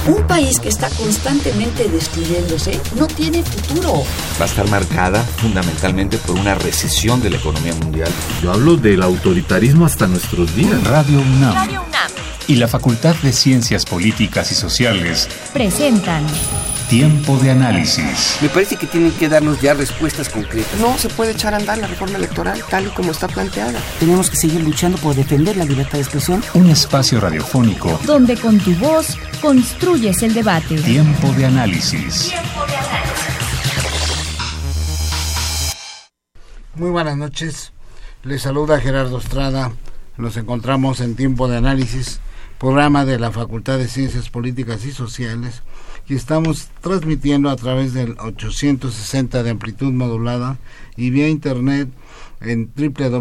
Un país que está constantemente destruyéndose no tiene futuro. Va a estar marcada fundamentalmente por una recesión de la economía mundial. Yo hablo del autoritarismo hasta nuestros días. Radio UNAM y la Facultad de Ciencias Políticas y Sociales presentan Tiempo de Análisis. Me parece que tienen que darnos ya respuestas concretas. No se puede echar a andar la reforma electoral tal y como está planteada. Tenemos que seguir luchando por defender la libertad de expresión. Un espacio radiofónico donde con tu voz construyes el debate. Tiempo de Análisis. Muy buenas noches. Les saluda Gerardo Estrada. Nos encontramos en Tiempo de Análisis, programa de la Facultad de Ciencias Políticas y Sociales, y estamos transmitiendo a través del 860 de amplitud modulada y vía internet en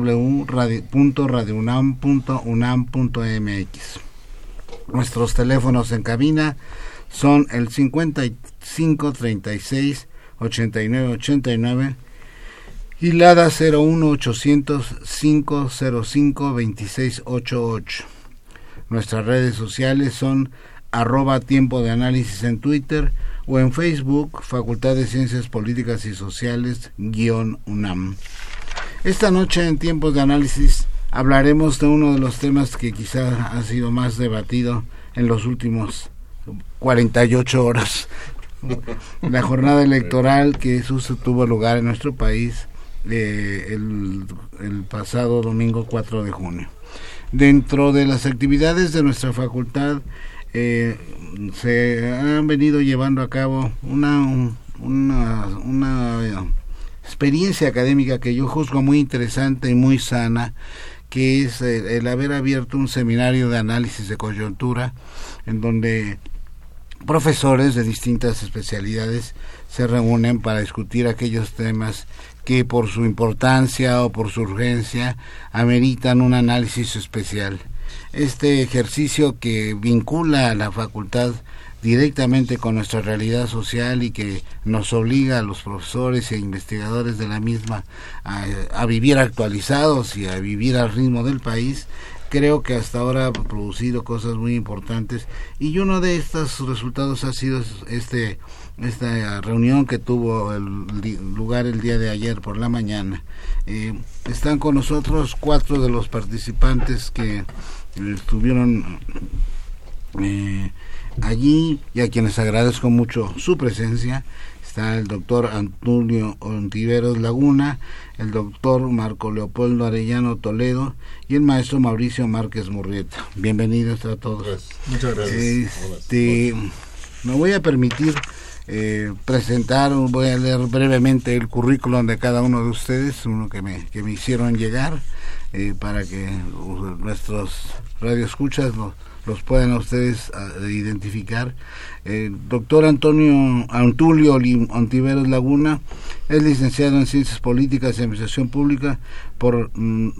www.radiounam.unam.mx. Nuestros teléfonos en cabina son el 55 36 89 89 y LADA 01 800 505 26 88. Nuestras redes sociales son @Tiempo de Análisis en Twitter o en Facebook, Facultad de Ciencias Políticas y Sociales _UNAM. Esta noche en Tiempos de Análisis hablaremos de uno de los temas que quizá ha sido más debatido en los últimos 48 horas. La jornada electoral que tuvo lugar en nuestro país el pasado domingo 4 de junio. Dentro de las actividades de nuestra facultad se han venido llevando a cabo una experiencia académica que yo juzgo muy interesante y muy sana, que es el haber abierto un seminario de análisis de coyuntura en donde profesores de distintas especialidades se reúnen para discutir aquellos temas que por su importancia o por su urgencia ameritan un análisis especial. Este ejercicio que vincula a la facultad directamente con nuestra realidad social y que nos obliga a los profesores e investigadores de la misma a vivir actualizados y a vivir al ritmo del país, creo que hasta ahora ha producido cosas muy importantes, y uno de estos resultados ha sido esta reunión que tuvo lugar el día de ayer por la mañana. Están con nosotros 4 de los participantes que estuvieron allí y a quienes agradezco mucho su presencia. Está el doctor Antonio Ontiveros Laguna, el doctor Marco Leopoldo Arellano Toledo y el maestro Mauricio Márquez Murrieta. Bienvenidos a todos. Gracias. Muchas gracias. Me voy a permitir presentar, voy a leer brevemente el currículum de cada uno de ustedes, uno que me hicieron llegar, para que nuestros radioescuchas los puedan ustedes identificar. Doctor Antulio Ontiveros Laguna es licenciado en Ciencias Políticas y Administración Pública por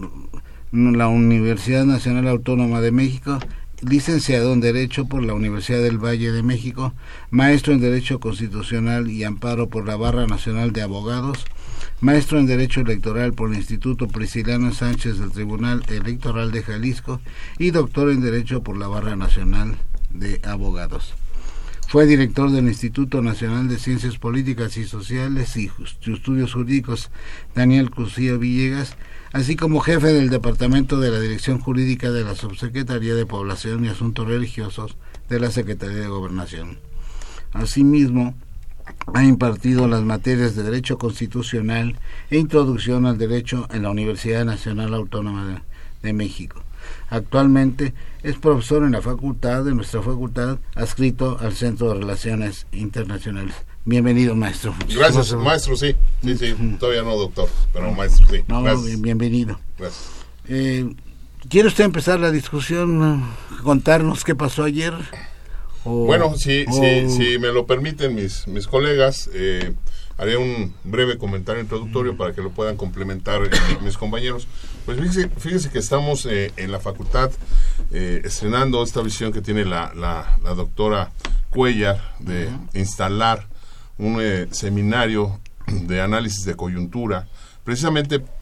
la Universidad Nacional Autónoma de México, licenciado en Derecho por la Universidad del Valle de México, maestro en Derecho Constitucional y Amparo por la Barra Nacional de Abogados, maestro en Derecho Electoral por el Instituto Prisciliano Sánchez del Tribunal Electoral de Jalisco y doctor en Derecho por la Barra Nacional de Abogados. Fue director del Instituto Nacional de Ciencias Políticas y Sociales y Estudios Jurídicos Daniel Cusío Villegas, así como jefe del Departamento de la Dirección Jurídica de la Subsecretaría de Población y Asuntos Religiosos de la Secretaría de Gobernación. Asimismo, ha impartido las materias de Derecho Constitucional e Introducción al Derecho en la Universidad Nacional Autónoma de México. Actualmente es profesor en nuestra facultad, adscrito al Centro de Relaciones Internacionales. Bienvenido, maestro. Gracias, maestro, sí, todavía no doctor, pero maestro, sí. No, bienvenido. Gracias. ¿Quiere usted empezar la discusión, contarnos qué pasó ayer? Bueno, si me lo permiten mis colegas, haré un breve comentario introductorio para que lo puedan complementar mis compañeros. Pues fíjese que estamos en la facultad estrenando esta visión que tiene la doctora Cuellar de instalar un seminario de análisis de coyuntura, precisamente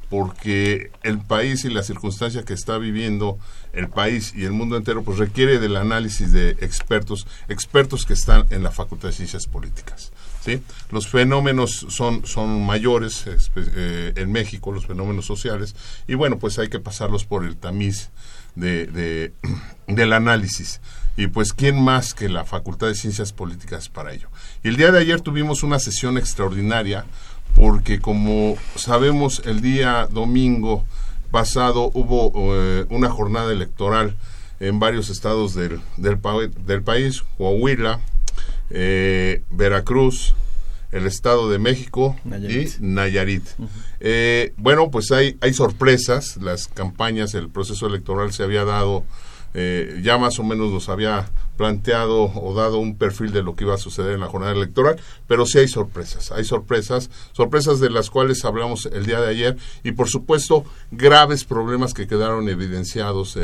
porque el país y la circunstancia que está viviendo el país y el mundo entero, pues requiere del análisis de expertos que están en la Facultad de Ciencias Políticas, ¿sí? Los fenómenos son mayores en México, los fenómenos sociales, y bueno, pues hay que pasarlos por el tamiz del análisis. Y pues, ¿quién más que la Facultad de Ciencias Políticas para ello? Y el día de ayer tuvimos una sesión extraordinaria, porque como sabemos, el día domingo pasado hubo una jornada electoral en varios estados del país, Coahuila, Veracruz, el Estado de México y Nayarit. Bueno, pues hay sorpresas. Las campañas, el proceso electoral se había dado, ya más o menos nos había planteado o dado un perfil de lo que iba a suceder en la jornada electoral, pero sí hay sorpresas de las cuales hablamos el día de ayer, y por supuesto graves problemas que quedaron evidenciados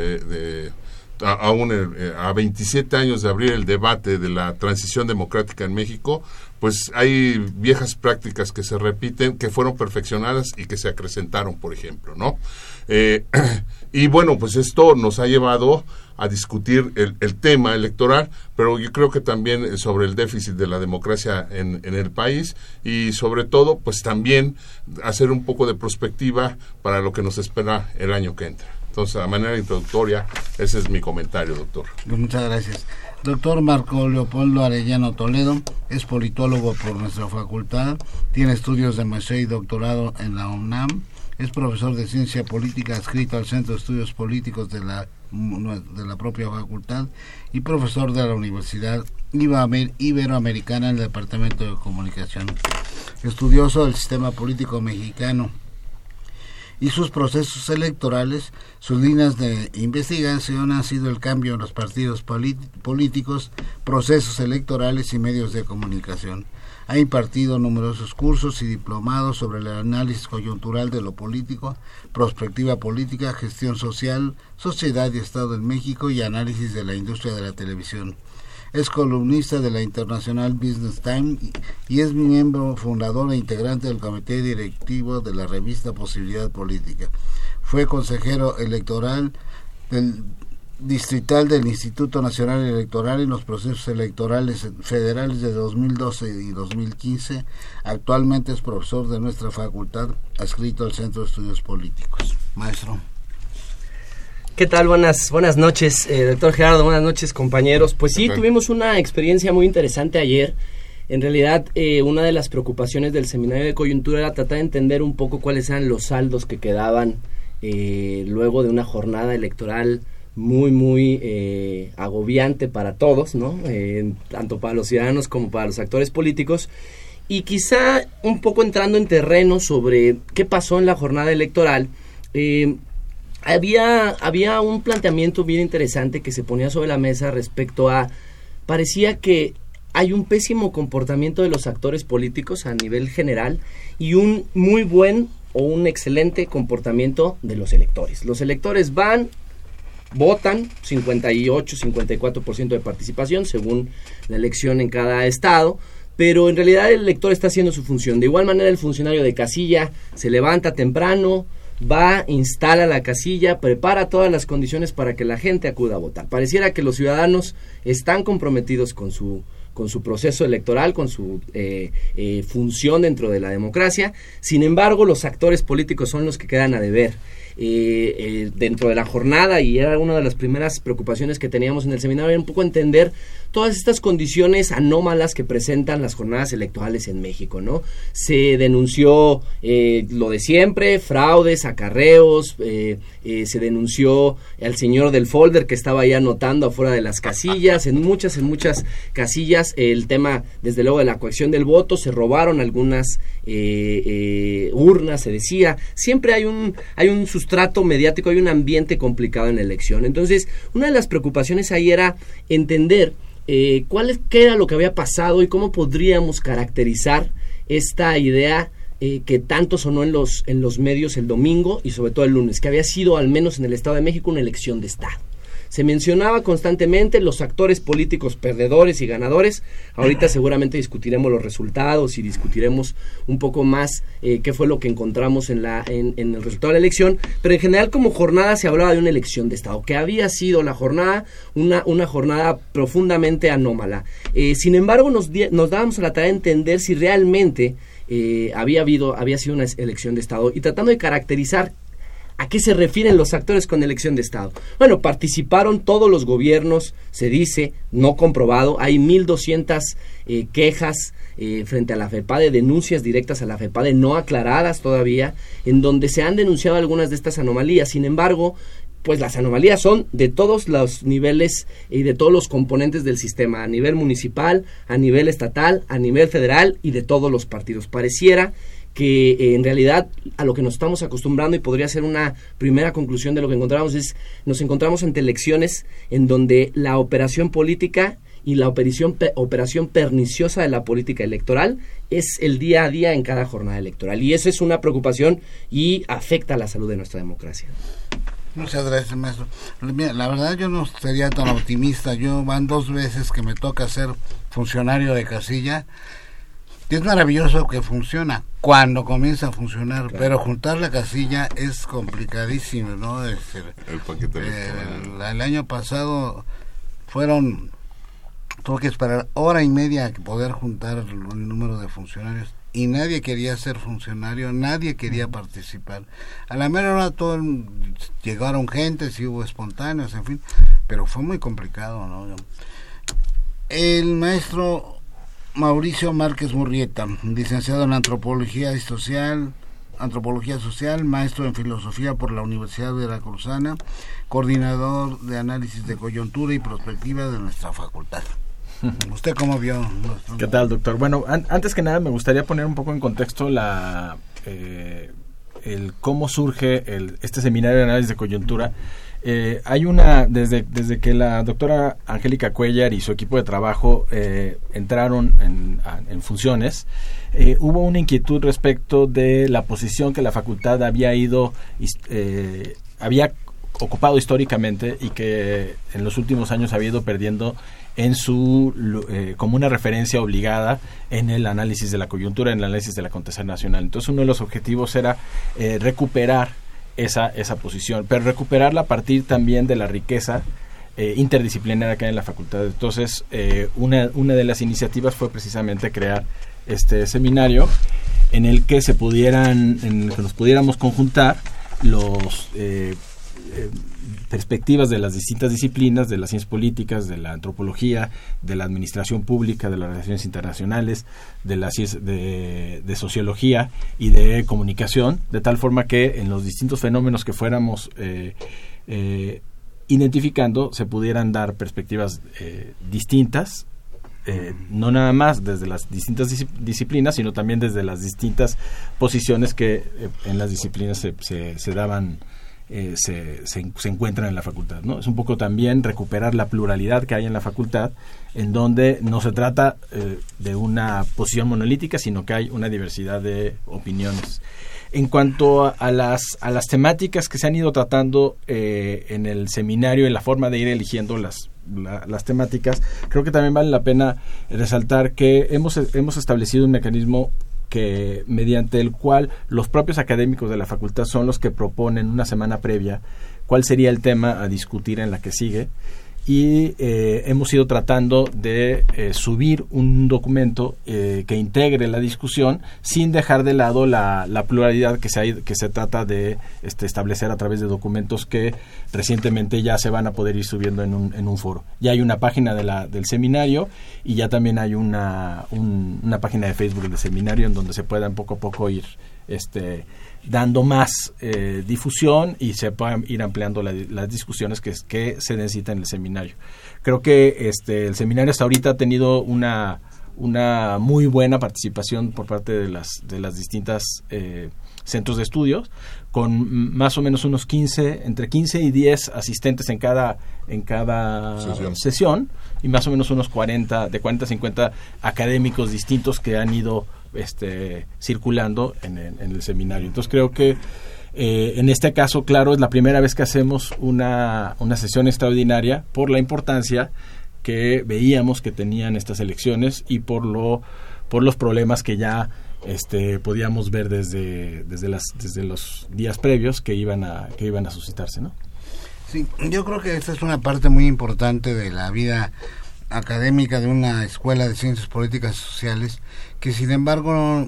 a 27 años de abrir el debate de la transición democrática en México. Pues hay viejas prácticas que se repiten, que fueron perfeccionadas y que se acrecentaron, por ejemplo, ¿no? Y bueno, pues esto nos ha llevado a discutir el tema electoral, pero yo creo que también sobre el déficit de la democracia en el país, y sobre todo, pues también hacer un poco de prospectiva para lo que nos espera el año que entra. Entonces, a manera introductoria, ese es mi comentario, doctor. Muchas gracias. Doctor Marco Leopoldo Arellano Toledo es politólogo por nuestra facultad, tiene estudios de maestría y doctorado en la UNAM, es profesor de ciencia política adscrito al Centro de Estudios Políticos de la propia facultad y profesor de la Universidad Iberoamericana en el Departamento de Comunicación. Estudioso del sistema político mexicano y sus procesos electorales. Sus líneas de investigación han sido el cambio en los partidos políticos, procesos electorales y medios de comunicación. Ha impartido numerosos cursos y diplomados sobre el análisis coyuntural de lo político, prospectiva política, gestión social, sociedad y Estado en México y análisis de la industria de la televisión. Es columnista de la International Business Times y es miembro fundador e integrante del comité directivo de la revista Posibilidad Política. Fue consejero electoral distrital del Instituto Nacional Electoral en los procesos electorales federales de 2012 y 2015. Actualmente es profesor de nuestra facultad, adscrito al Centro de Estudios Políticos. Maestro. ¿Qué tal? Buenas noches, doctor Gerardo, buenas noches, compañeros. Pues sí, tuvimos una experiencia muy interesante ayer. En realidad, una de las preocupaciones del seminario de coyuntura era tratar de entender un poco cuáles eran los saldos que quedaban luego de una jornada electoral muy agobiante para todos, ¿no? Tanto para los ciudadanos como para los actores políticos. Y quizá un poco entrando en terreno sobre qué pasó en la jornada electoral, había un planteamiento bien interesante que se ponía sobre la mesa respecto a, parecía que hay un pésimo comportamiento de los actores políticos a nivel general y un muy buen o un excelente comportamiento de los electores. Los electores van, votan, 58-54% de participación según la elección en cada estado, pero en realidad el elector está haciendo su función. De igual manera el funcionario de casilla se levanta temprano, va, instala la casilla, prepara todas las condiciones para que la gente acuda a votar. Pareciera que los ciudadanos están comprometidos con su proceso electoral, con su función dentro de la democracia. Sin embargo, los actores políticos son los que quedan a deber dentro de la jornada, y era una de las primeras preocupaciones que teníamos en el seminario, era un poco entender todas estas condiciones anómalas que presentan las jornadas electorales en México, ¿no? Se denunció lo de siempre, fraudes, acarreos, se denunció al señor del folder que estaba ahí anotando afuera de las casillas, en muchas casillas, el tema desde luego de la coacción del voto, se robaron algunas urnas, se decía, siempre hay un sustrato mediático, hay un ambiente complicado en la elección. Entonces, una de las preocupaciones ahí era entender qué era lo que había pasado y cómo podríamos caracterizar esta idea que tanto sonó en los medios el domingo y sobre todo el lunes, que había sido, al menos en el Estado de México, una elección de Estado. Se mencionaba constantemente los actores políticos perdedores y ganadores. Ahorita seguramente discutiremos los resultados y discutiremos un poco más qué fue lo que encontramos en el resultado de la elección, pero en general como jornada se hablaba de una elección de Estado, que había sido la jornada una jornada profundamente anómala. Sin embargo, nos dábamos a la tarea de entender si realmente había sido una elección de Estado, y tratando de caracterizar ¿a qué se refieren los actores con elección de Estado? Bueno, participaron todos los gobiernos, se dice, no comprobado, hay 1,200 quejas frente a la FEPADE, denuncias directas a la FEPADE no aclaradas todavía, en donde se han denunciado algunas de estas anomalías. Sin embargo, pues las anomalías son de todos los niveles y de todos los componentes del sistema, a nivel municipal, a nivel estatal, a nivel federal y de todos los partidos. Pareciera que en realidad a lo que nos estamos acostumbrando, y podría ser una primera conclusión de lo que encontramos, es nos encontramos ante elecciones en donde la operación política y la operación perniciosa de la política electoral es el día a día en cada jornada electoral, y eso es una preocupación y afecta a la salud de nuestra democracia. Muchas gracias, maestro. La verdad yo no sería tan optimista. Van 2 veces que me toca ser funcionario de casilla. Es maravilloso que funciona cuando comienza a funcionar, claro, pero juntar la casilla es complicadísimo, ¿no? El paquete el año pasado tuve que esperar 1:30 a poder juntar el número de funcionarios, y nadie quería ser funcionario, nadie quería participar. A la mera hora llegaron gente, sí hubo espontáneos, en fin, pero fue muy complicado, ¿no? El maestro Mauricio Márquez Murrieta, licenciado en Antropología Social, maestro en Filosofía por la Universidad Veracruzana, coordinador de análisis de coyuntura y perspectiva de nuestra facultad. ¿Usted cómo vio? ¿Qué tal, doctor? Bueno, antes que nada me gustaría poner un poco en contexto el cómo surge este seminario de análisis de coyuntura. Hay desde que la doctora Angélica Cuellar y su equipo de trabajo entraron en funciones, hubo una inquietud respecto de la posición que la facultad había ocupado históricamente, y que en los últimos años había ido perdiendo como una referencia obligada en el análisis de la coyuntura, en el análisis del acontecer nacional. Entonces uno de los objetivos era recuperar esa posición, pero recuperarla a partir también de la riqueza interdisciplinaria que hay en la facultad. Entonces una de las iniciativas fue precisamente crear este seminario en el que nos pudiéramos conjuntar los perspectivas de las distintas disciplinas, de las ciencias políticas, de la antropología, de la administración pública, de las relaciones internacionales, de la de sociología y de comunicación, de tal forma que en los distintos fenómenos que fuéramos identificando se pudieran dar perspectivas distintas, no nada más desde las distintas disciplinas, sino también desde las distintas posiciones que en las disciplinas se daban, se encuentran en la facultad, ¿no? Es un poco también recuperar la pluralidad que hay en la facultad, en donde no se trata de una posición monolítica, sino que hay una diversidad de opiniones. En cuanto a las temáticas que se han ido tratando en el seminario, en la forma de ir eligiendo las temáticas, creo que también vale la pena resaltar que hemos establecido un mecanismo mediante el cual los propios académicos de la facultad son los que proponen una semana previa cuál sería el tema a discutir en la que sigue, y hemos ido tratando de subir un documento que integre la discusión sin dejar de lado la pluralidad que se trata de establecer a través de documentos que recientemente ya se van a poder ir subiendo en un foro. Ya hay una página del seminario, y ya también hay una página de Facebook del seminario en donde se puedan poco a poco ir dando más difusión, y se puedan ir ampliando las discusiones que se necesitan en el seminario. Creo que el seminario hasta ahorita ha tenido una muy buena participación por parte de las distintas centros de estudios, con más o menos unos entre 15 y 10 asistentes en cada sesión, y más o menos unos 40 a 50 académicos distintos que han ido circulando en el seminario. Entonces creo que En este caso, claro, es la primera vez que hacemos una sesión extraordinaria por la importancia que veíamos que tenían estas elecciones y por los problemas que ya podíamos ver desde los días previos que iban a suscitarse, ¿no? Sí, yo creo que esta es una parte muy importante de la vida académica de una escuela de ciencias políticas y sociales, que sin embargo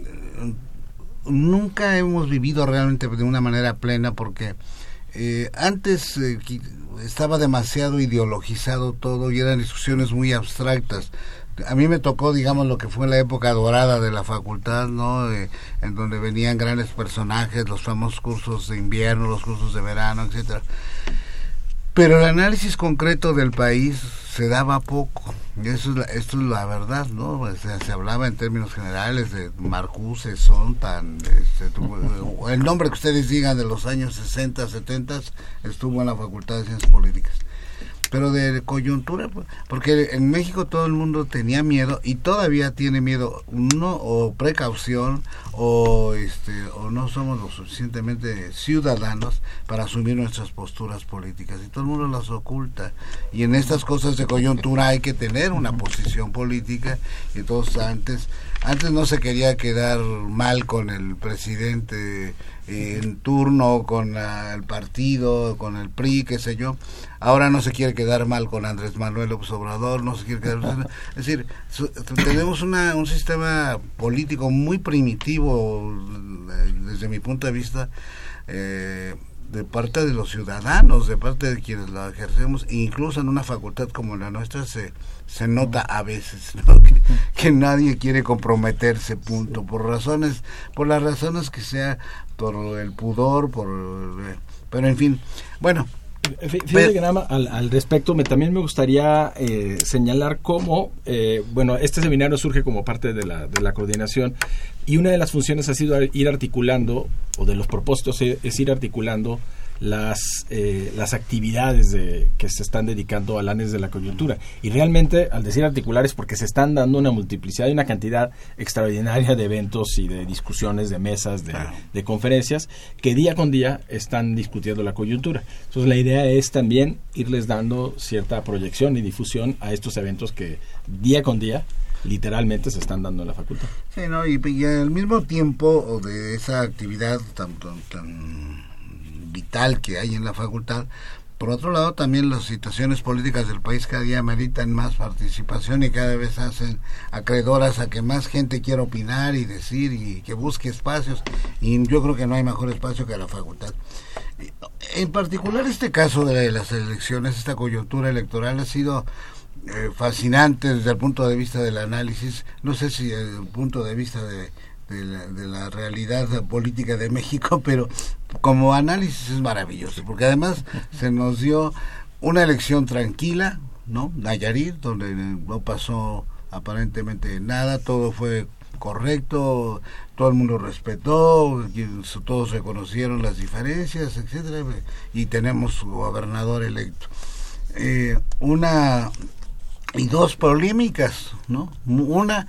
nunca hemos vivido realmente de una manera plena, porque antes estaba demasiado ideologizado todo y eran discusiones muy abstractas. A mí me tocó, digamos, lo que fue la época dorada de la facultad, ¿no? En donde venían grandes personajes, los famosos cursos de invierno, los cursos de verano, etcétera. Pero el análisis concreto del país se daba poco. Esto es la verdad, ¿no? Se hablaba en términos generales de Marcuse, Sontan, el nombre que ustedes digan de los años 60, 70, estuvo en la Facultad de Ciencias Políticas. Pero de coyuntura, porque en México todo el mundo tenía miedo y todavía tiene miedo, o precaución, o no somos lo suficientemente ciudadanos para asumir nuestras posturas políticas, y todo el mundo las oculta. Y en estas cosas de coyuntura hay que tener una posición política, y entonces antes no se quería quedar mal con el presidente en turno, con el partido, con el PRI, qué sé yo. Ahora no se quiere quedar mal con Andrés Manuel López Obrador, no se quiere quedar... Es decir, tenemos un sistema político muy primitivo, desde mi punto de vista, de parte de los ciudadanos, de parte de quienes la ejercemos, incluso en una facultad como la nuestra se nota a veces, ¿no? que nadie quiere comprometerse, punto, por las razones que sea, por el pudor, pero en fin, bueno. Fíjate que nada más al respecto también me gustaría señalar cómo este seminario surge como parte de la coordinación, y una de las funciones ha sido ir articulando, o de los propósitos es ir articulando las actividades que se están dedicando al análisis de la coyuntura. Y realmente, al decir articular, es porque se están dando una multiplicidad y una cantidad extraordinaria de eventos y de discusiones, de mesas, de conferencias, que día con día están discutiendo la coyuntura. Entonces la idea es también irles dando cierta proyección y difusión a estos eventos que día con día literalmente se están dando en la facultad. Sí, ¿no? Y al mismo tiempo de esa actividad tan vital que hay en la facultad, por otro lado también las situaciones políticas del país cada día meritan más participación y cada vez hacen acreedoras a que más gente quiera opinar y decir y que busque espacios, y yo creo que no hay mejor espacio que la facultad. En particular este caso de las elecciones, esta coyuntura electoral ha sido fascinante desde el punto de vista del análisis, no sé si desde el punto de vista de la realidad política de México, pero como análisis es maravilloso, porque además se nos dio una elección tranquila, ¿no? Nayarit, donde no pasó aparentemente nada, todo fue correcto, todo el mundo respetó, todos reconocieron las diferencias, etcétera, y tenemos gobernador electo. Y dos polémicas, ¿no? Una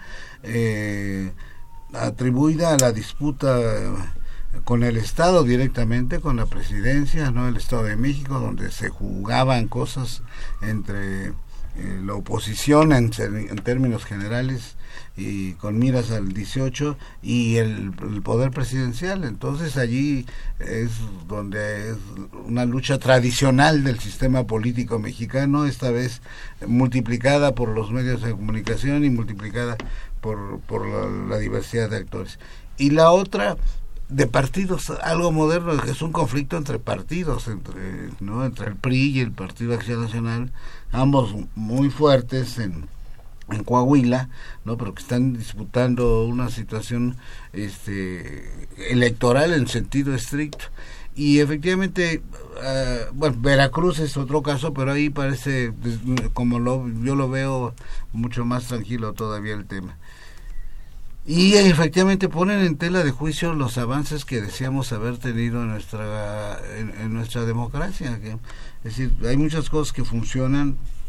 atribuida a la disputa con el Estado directamente, con la presidencia, ¿no? El Estado de México, donde se jugaban cosas entre la oposición en términos generales y con miras al 18 y el poder presidencial. Entonces allí es donde es una lucha tradicional del sistema político mexicano, esta vez multiplicada por los medios de comunicación y multiplicada por la diversidad de actores. Y la otra de partidos, algo moderno, que es un conflicto entre partidos, entre el PRI y el Partido Acción Nacional, ambos muy fuertes en Coahuila, ¿no? Pero que están disputando una situación electoral en sentido estricto. Y efectivamente, Veracruz es otro caso, pero ahí parece, yo lo veo mucho más tranquilo todavía el tema. Y efectivamente ponen en tela de juicio los avances que deseamos haber tenido en nuestra democracia. Es decir, hay muchas cosas que funcionan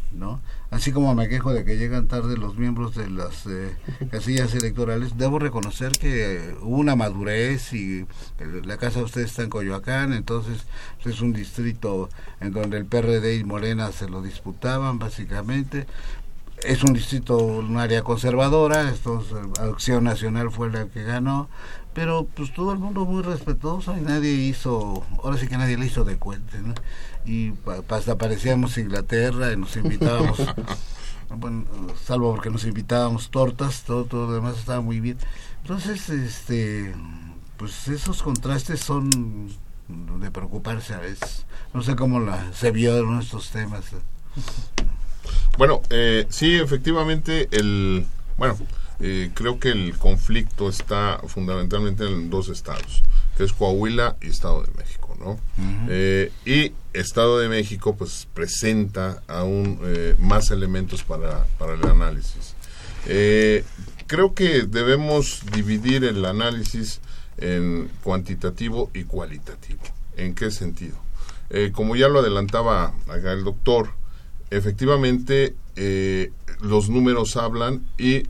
¿no? Así como me quejo de que llegan tarde los miembros de las casillas electorales, debo reconocer que hubo una madurez y la casa de ustedes está en Coyoacán, entonces es un distrito en donde el PRD y Morena se lo disputaban básicamente. Es un distrito, un área conservadora, Acción Nacional fue la que ganó, pero pues todo el mundo muy respetuoso y ahora sí que nadie le hizo de cuenta, ¿no? Y hasta parecíamos Inglaterra y nos invitábamos, bueno, salvo porque nos invitábamos tortas, todo lo demás estaba muy bien. Entonces, pues esos contrastes son de preocuparse a veces. No sé cómo se vieron estos temas. Bueno, sí, efectivamente, creo que el conflicto está fundamentalmente en dos estados, que es Coahuila y Estado de México, ¿no? Uh-huh. Y Estado de México, pues, presenta aún más elementos para el análisis. Creo que debemos dividir el análisis en cuantitativo y cualitativo. ¿En qué sentido? Como ya lo adelantaba acá el doctor, efectivamente los números hablan y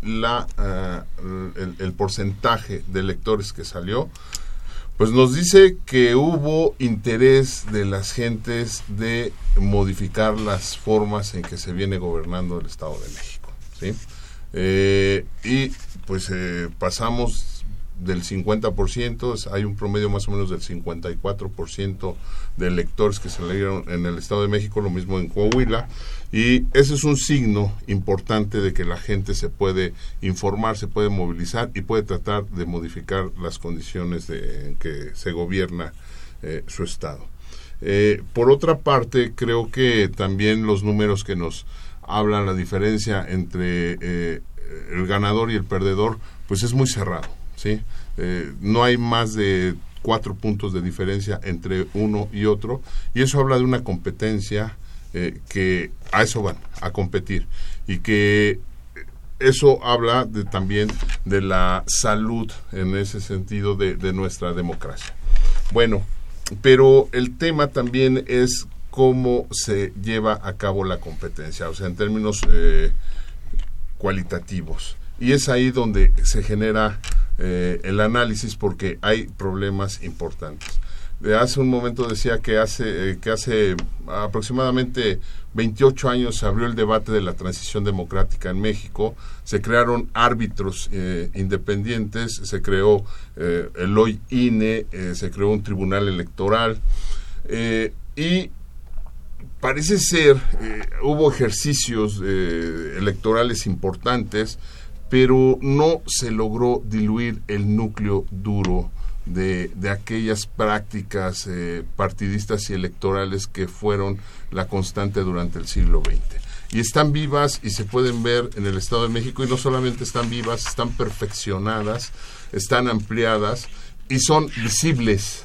el porcentaje de electores que salió pues nos dice que hubo interés de las gentes de modificar las formas en que se viene gobernando el Estado de México, ¿sí? Y pues pasamos del 50%, hay un promedio más o menos del 54% de electores que salieron en el Estado de México, lo mismo en Coahuila, y ese es un signo importante de que la gente se puede informar, se puede movilizar y puede tratar de modificar las condiciones en que se gobierna su Estado. Por otra parte, creo que también los números que nos hablan la diferencia entre el ganador y el perdedor, pues es muy cerrado, ¿sí? No hay más de 4 puntos de diferencia entre uno y otro, y eso habla de una competencia que a eso van, a competir, y que eso habla también de la salud en ese sentido de nuestra democracia. Bueno, pero el tema también es cómo se lleva a cabo la competencia, o sea, en términos cualitativos, y es ahí donde se genera el análisis, porque hay problemas importantes. Hace un momento decía que hace aproximadamente 28 años se abrió el debate de la transición democrática en México, se crearon árbitros independientes, se creó el hoy INE, se creó un tribunal electoral, y parece ser, hubo ejercicios electorales importantes, pero no se logró diluir el núcleo duro de aquellas prácticas partidistas y electorales que fueron la constante durante el siglo XX. Y están vivas y se pueden ver en el Estado de México, y no solamente están vivas, están perfeccionadas, están ampliadas y son visibles,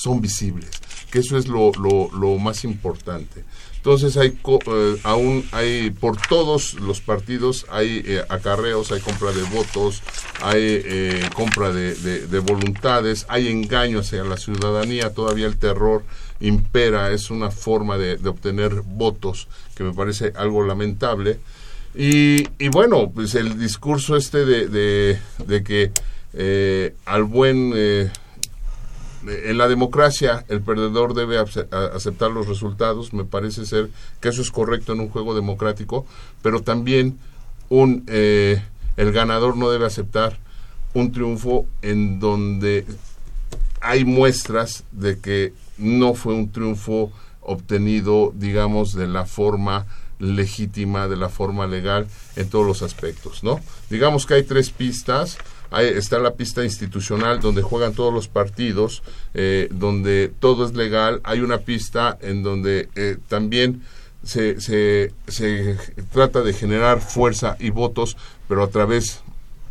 que eso es lo más importante. Entonces aún hay, por todos los partidos hay acarreos, hay compra de votos, hay compra de voluntades, hay engaño hacia la ciudadanía, todavía el terror impera, es una forma de obtener votos que me parece algo lamentable. Y bueno, pues el discurso de que al buen... en la democracia el perdedor debe aceptar los resultados, me parece ser que eso es correcto en un juego democrático, pero también el ganador no debe aceptar un triunfo en donde hay muestras de que no fue un triunfo obtenido, digamos, de la forma legítima, de la forma legal en todos los aspectos, ¿no? Digamos que hay 3 pistas. Está la pista institucional, donde juegan todos los partidos, donde todo es legal. Hay una pista en donde también se trata de generar fuerza y votos, pero a través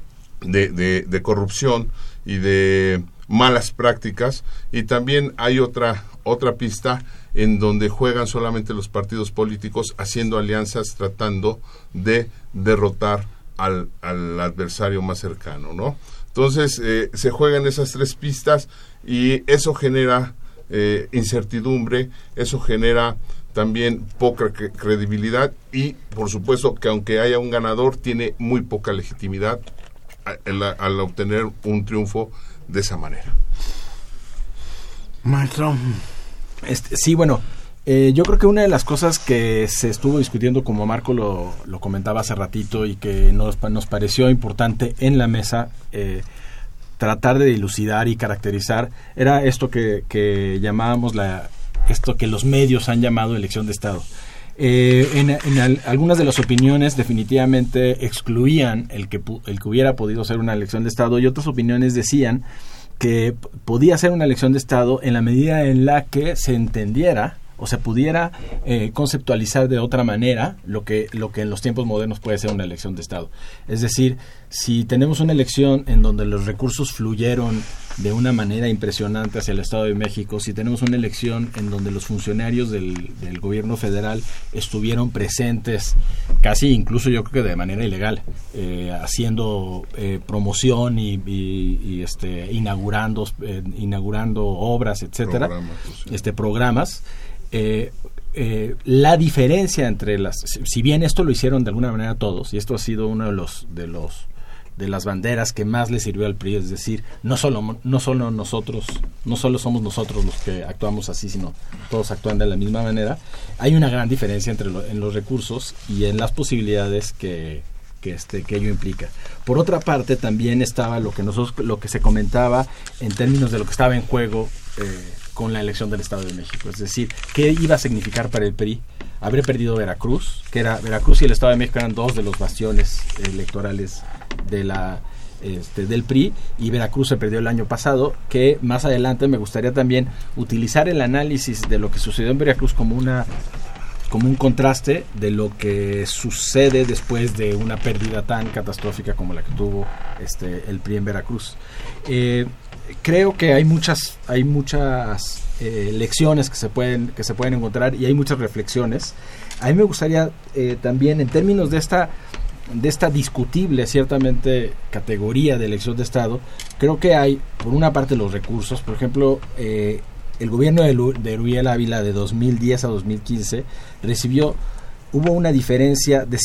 de corrupción y de malas prácticas. Y también hay otra pista en donde juegan solamente los partidos políticos, haciendo alianzas, tratando de derrotar al adversario más cercano, ¿no? Entonces se juegan esas 3 pistas y eso genera incertidumbre, eso genera también poca credibilidad y, por supuesto, que aunque haya un ganador, tiene muy poca legitimidad al obtener un triunfo de esa manera. Maestro. Sí, bueno, yo creo que una de las cosas que se estuvo discutiendo, como Marco lo comentaba hace ratito y que nos pareció importante en la mesa, tratar de dilucidar y caracterizar, era esto que llamábamos esto que los medios han llamado elección de Estado. Algunas de las opiniones definitivamente excluían el que hubiera podido ser una elección de Estado, y otras opiniones decían que podía ser una elección de Estado en la medida en la que se entendiera o se pudiera conceptualizar de otra manera lo que en los tiempos modernos puede ser una elección de Estado. Es decir, si tenemos una elección en donde los recursos fluyeron de una manera impresionante hacia el Estado de México, si tenemos una elección en donde los funcionarios del gobierno federal estuvieron presentes, casi incluso yo creo que de manera ilegal, haciendo promoción y inaugurando obras, etcétera, programas. La diferencia entre si bien esto lo hicieron de alguna manera todos, y esto ha sido uno de las banderas que más le sirvió al PRI, es decir, no solo somos nosotros los que actuamos así, sino todos actúan de la misma manera. Hay una gran diferencia en los recursos y en las posibilidades que ello implica. Por otra parte, también estaba lo que se comentaba en términos de lo que estaba en juego con la elección del Estado de México, es decir, qué iba a significar para el PRI haber perdido Veracruz, que era Veracruz y el Estado de México eran dos de los bastiones electorales del PRI, y Veracruz se perdió el año pasado, que más adelante me gustaría también utilizar el análisis de lo que sucedió en Veracruz como un contraste de lo que sucede después de una pérdida tan catastrófica como la que tuvo el PRI en Veracruz. Creo que hay muchas lecciones que se pueden encontrar, y hay muchas reflexiones. A mí me gustaría también, en términos de esta discutible ciertamente categoría de elección de Estado, creo que hay, por una parte, los recursos. Por ejemplo, el gobierno de Erubiel Ávila de 2010 a 2015 hubo una diferencia de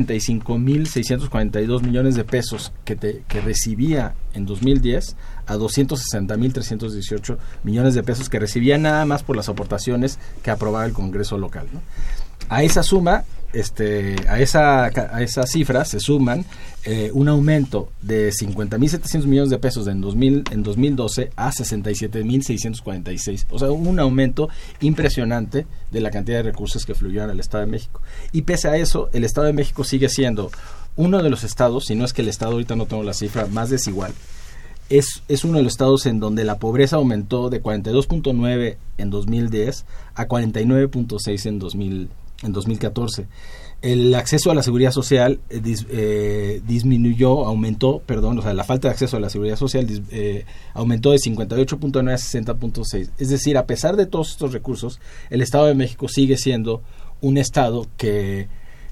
165.642 millones de pesos que recibía en 2010 a 260.318 millones de pesos que recibía nada más por las aportaciones que aprobaba el Congreso local, ¿no? A esa suma, a esa cifra se suman un aumento de 50.700 millones de pesos en 2012 a 67.646. O sea, un aumento impresionante de la cantidad de recursos que fluyeron al Estado de México. Y pese a eso, el Estado de México sigue siendo uno de los estados, si no es que el estado, ahorita no tengo la cifra, más desigual. Es uno de los estados en donde la pobreza aumentó de 42.9 en 2010 a 49.6 en 2014. El acceso a la seguridad social la falta de acceso a la seguridad social aumentó de 58.9 a 60.6. Es decir, a pesar de todos estos recursos, el Estado de México sigue siendo un estado que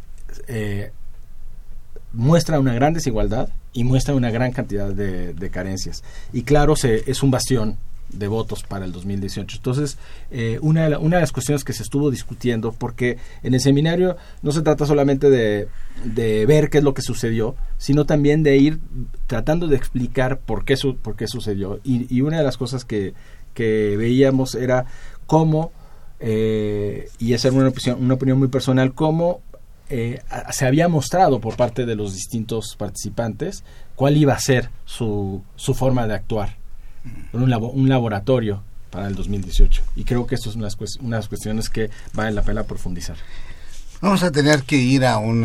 muestra una gran desigualdad y muestra una gran cantidad de carencias. Y claro, es un bastión de votos para el 2018. Entonces, una de las cuestiones que se estuvo discutiendo, porque en el seminario no se trata solamente de ver qué es lo que sucedió, sino también de ir tratando de explicar por qué sucedió. Y una de las cosas que veíamos era cómo, y esa era una opinión muy personal, cómo se había mostrado por parte de los distintos participantes cuál iba a ser su forma de actuar, un laboratorio para el 2018, y creo que esto es unas cuestiones que vale la pena profundizar. Vamos a tener que ir a un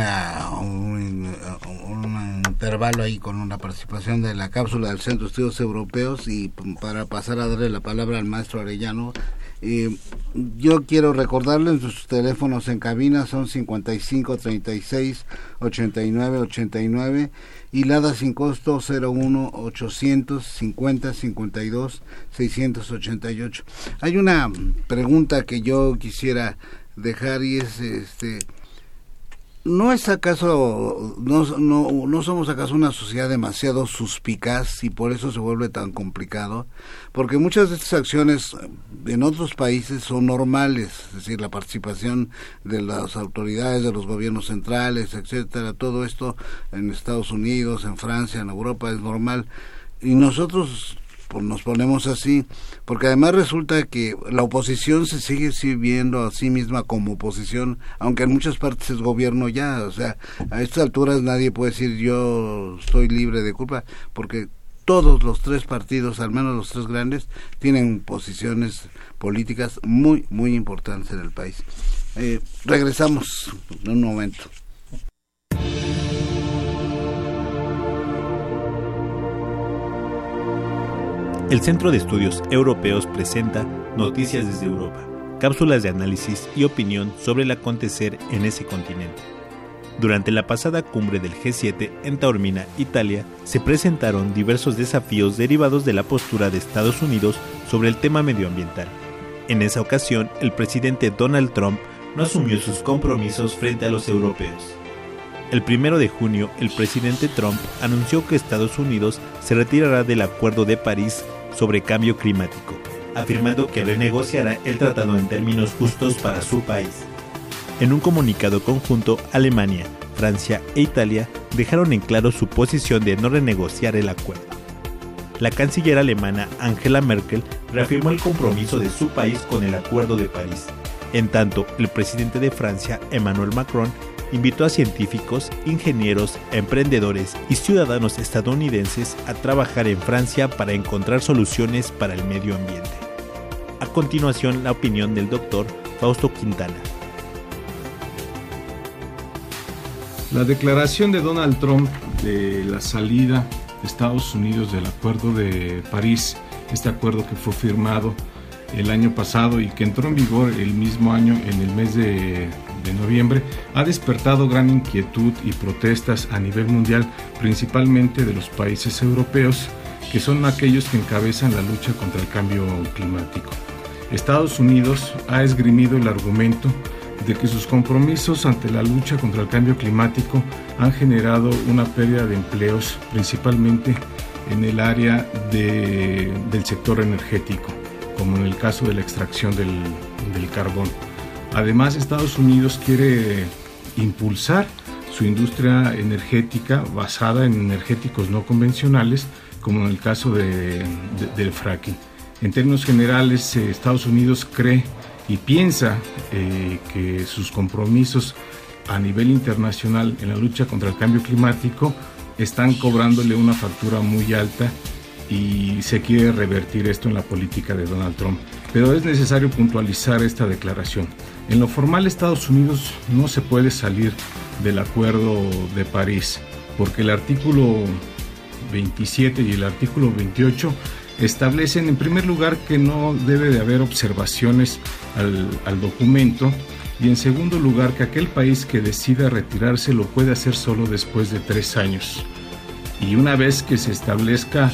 intervalo ahí con una participación de la cápsula del Centro de Estudios Europeos, y para pasar a darle la palabra al maestro Arellano. Yo quiero recordarles, sus teléfonos en cabina son 55 36 89 89 y LADA sin costo 01 850 52 688. Hay una pregunta que yo quisiera dejar, y es ¿No es acaso, no somos acaso una sociedad demasiado suspicaz y por eso se vuelve tan complicado? Porque muchas de estas acciones en otros países son normales, es decir, la participación de las autoridades, de los gobiernos centrales, etcétera, todo esto en Estados Unidos, en Francia, en Europa es normal, y nosotros pues nos ponemos así, porque además resulta que la oposición se sigue viendo a sí misma como oposición, aunque en muchas partes es gobierno ya, o sea, a estas alturas nadie puede decir yo estoy libre de culpa, porque todos los tres partidos, al menos los tres grandes, tienen posiciones políticas muy, muy importantes en el país. Regresamos en un momento. El Centro de Estudios Europeos presenta Noticias desde Europa, cápsulas de análisis y opinión sobre el acontecer en ese continente. Durante la pasada cumbre del G7 en Taormina, Italia, se presentaron diversos desafíos derivados de la postura de Estados Unidos sobre el tema medioambiental. En esa ocasión, el presidente Donald Trump no asumió sus compromisos frente a los europeos. El 1 de junio, el presidente Trump anunció que Estados Unidos se retirará del Acuerdo de París sobre cambio climático, afirmando que renegociará el tratado en términos justos para su país. En un comunicado conjunto, Alemania, Francia e Italia dejaron en claro su posición de no renegociar el acuerdo. La canciller alemana Angela Merkel reafirmó el compromiso de su país con el Acuerdo de París. En tanto, el presidente de Francia, Emmanuel Macron, invitó a científicos, ingenieros, emprendedores y ciudadanos estadounidenses a trabajar en Francia para encontrar soluciones para el medio ambiente. A continuación, la opinión del doctor Fausto Quintana. La declaración de Donald Trump de la salida de Estados Unidos del Acuerdo de París, este acuerdo que fue firmado el año pasado y que entró en vigor el mismo año en el mes de noviembre, ha despertado gran inquietud y protestas a nivel mundial, principalmente de los países europeos, que son aquellos que encabezan la lucha contra el cambio climático. Estados Unidos ha esgrimido el argumento de que sus compromisos ante la lucha contra el cambio climático han generado una pérdida de empleos, principalmente en el área del sector energético, como en el caso de la extracción del carbón. Además, Estados Unidos quiere impulsar su industria energética basada en energéticos no convencionales, como en el caso del fracking. En términos generales, Estados Unidos cree y piensa que sus compromisos a nivel internacional en la lucha contra el cambio climático están cobrándole una factura muy alta y se quiere revertir esto en la política de Donald Trump. Pero es necesario puntualizar esta declaración. En lo formal, Estados Unidos no se puede salir del Acuerdo de París, porque el artículo 27 y el artículo 28 establecen, en primer lugar, que no debe de haber observaciones al documento, y en segundo lugar, que aquel país que decida retirarse lo puede hacer solo después de 3 años. Y una vez que se establezca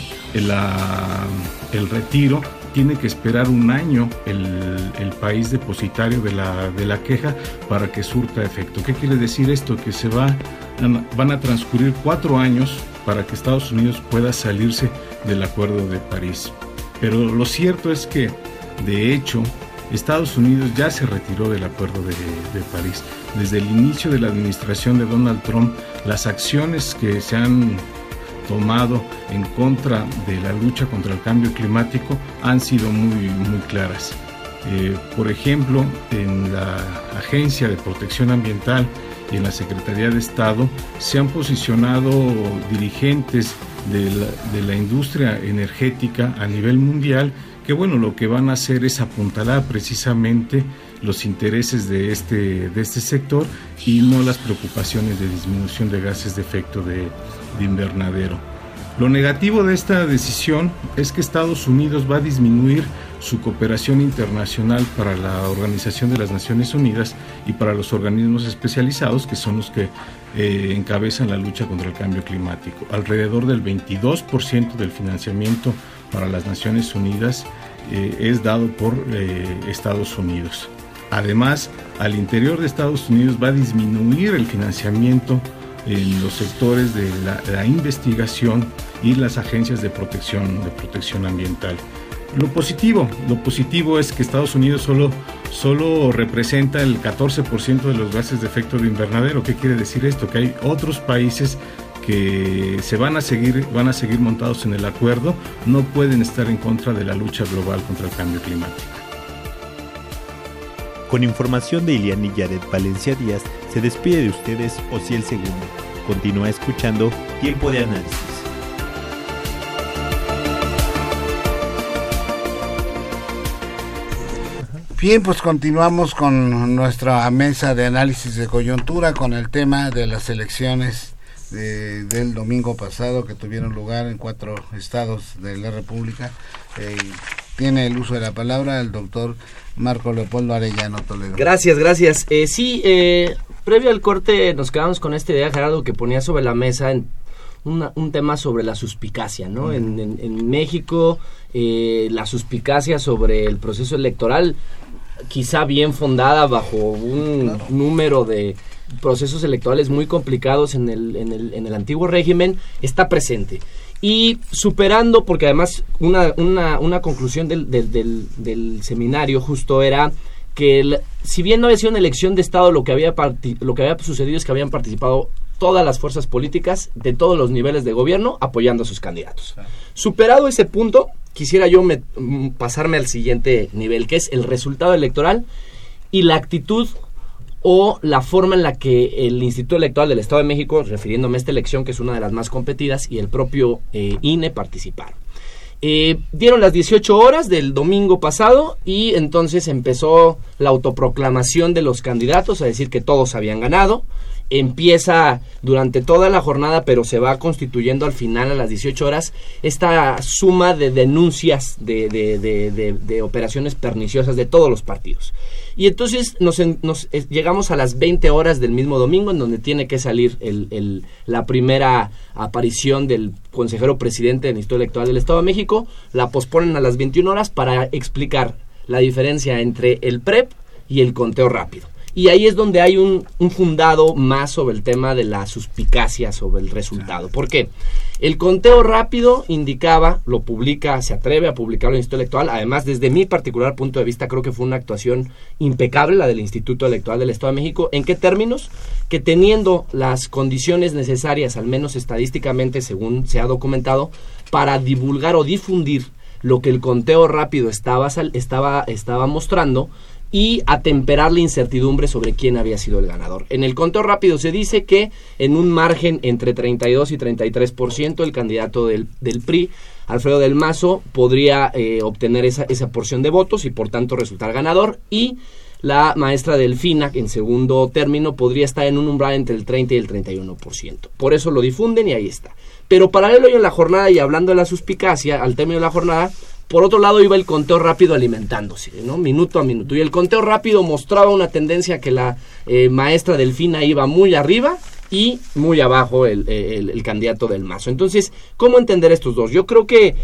el retiro, tiene que esperar 1 año el país depositario de la queja para que surta efecto. ¿Qué quiere decir esto? Que van a transcurrir 4 años para que Estados Unidos pueda salirse del Acuerdo de París. Pero lo cierto es que, de hecho, Estados Unidos ya se retiró del Acuerdo de París. Desde el inicio de la administración de Donald Trump, las acciones que se han tomado en contra de la lucha contra el cambio climático han sido muy, muy claras. Por ejemplo, en la Agencia de Protección Ambiental y en la Secretaría de Estado se han posicionado dirigentes de la industria energética a nivel mundial que, bueno, lo que van a hacer es apuntalar precisamente los intereses de este sector y no las preocupaciones de disminución de gases de efecto de invernadero. Lo negativo de esta decisión es que Estados Unidos va a disminuir su cooperación internacional para la Organización de las Naciones Unidas y para los organismos especializados, que son los que encabezan la lucha contra el cambio climático. Alrededor del 22% del financiamiento para las Naciones Unidas es dado por Estados Unidos. Además, al interior de Estados Unidos va a disminuir el financiamiento en los sectores de la investigación y las agencias de protección ambiental. Lo positivo es que Estados Unidos solo representa el 14% de los gases de efecto de invernadero. ¿Qué quiere decir esto? Que hay otros países que van a seguir montados en el acuerdo, no pueden estar en contra de la lucha global contra el cambio climático. Con información de Iliana y Yaret Valencia Díaz, se despide de ustedes Osiel Segundo. Continúa escuchando Tiempo de Análisis. Bien, pues continuamos con nuestra mesa de análisis de coyuntura con el tema de las elecciones del domingo pasado que tuvieron lugar en 4 estados de la República. Tiene el uso de la palabra el doctor Marco Leopoldo Arellano Toledo. Gracias. Previo al corte nos quedamos con esta idea, Gerardo, que ponía sobre la mesa un tema sobre la suspicacia, ¿no? Uh-huh. En México, la suspicacia sobre el proceso electoral, quizá bien fundada bajo un número de procesos electorales muy complicados en el antiguo régimen, está presente. Y superando, porque además una conclusión del seminario justo era que si bien no había sido una elección de Estado, lo que había sucedido es que habían participado todas las fuerzas políticas de todos los niveles de gobierno apoyando a sus candidatos. Superado ese punto, quisiera yo pasarme al siguiente nivel, que es el resultado electoral y la actitud o la forma en la que el Instituto Electoral del Estado de México, refiriéndome a esta elección que es una de las más competidas, y el propio INE participaron. Dieron las 18 horas del domingo pasado y entonces empezó la autoproclamación de los candidatos, a decir que todos habían ganado. Empieza durante toda la jornada, pero se va constituyendo al final, a las 18 horas, esta suma de denuncias de operaciones perniciosas de todos los partidos. Y entonces llegamos a las 20 horas del mismo domingo, en donde tiene que salir la primera aparición del consejero presidente del Instituto Electoral del Estado de México. La posponen a las 21 horas para explicar la diferencia entre el PREP y el conteo rápido. Y ahí es donde hay un fundado más sobre el tema de la suspicacia sobre el resultado. ¿Por qué? El conteo rápido se atreve a publicarlo el Instituto Electoral. Además, desde mi particular punto de vista, creo que fue una actuación impecable la del Instituto Electoral del Estado de México. ¿En qué términos? Que teniendo las condiciones necesarias, al menos estadísticamente, según se ha documentado, para divulgar o difundir lo que el conteo rápido estaba mostrando, y atemperar la incertidumbre sobre quién había sido el ganador. En el conteo rápido se dice que en un margen entre 32 y 33% el candidato del PRI, Alfredo del Mazo, podría obtener esa porción de votos y por tanto resultar ganador, y la maestra Delfina, en segundo término, podría estar en un umbral entre el 30 y el 31%. Por eso lo difunden y ahí está. Pero paralelo en la jornada, y hablando de la suspicacia, al término de la jornada, por otro lado iba el conteo rápido alimentándose, ¿no? Minuto a minuto. Y el conteo rápido mostraba una tendencia que la maestra Delfina iba muy arriba y muy abajo el candidato del Mazo. Entonces, ¿cómo entender estos dos? Yo creo que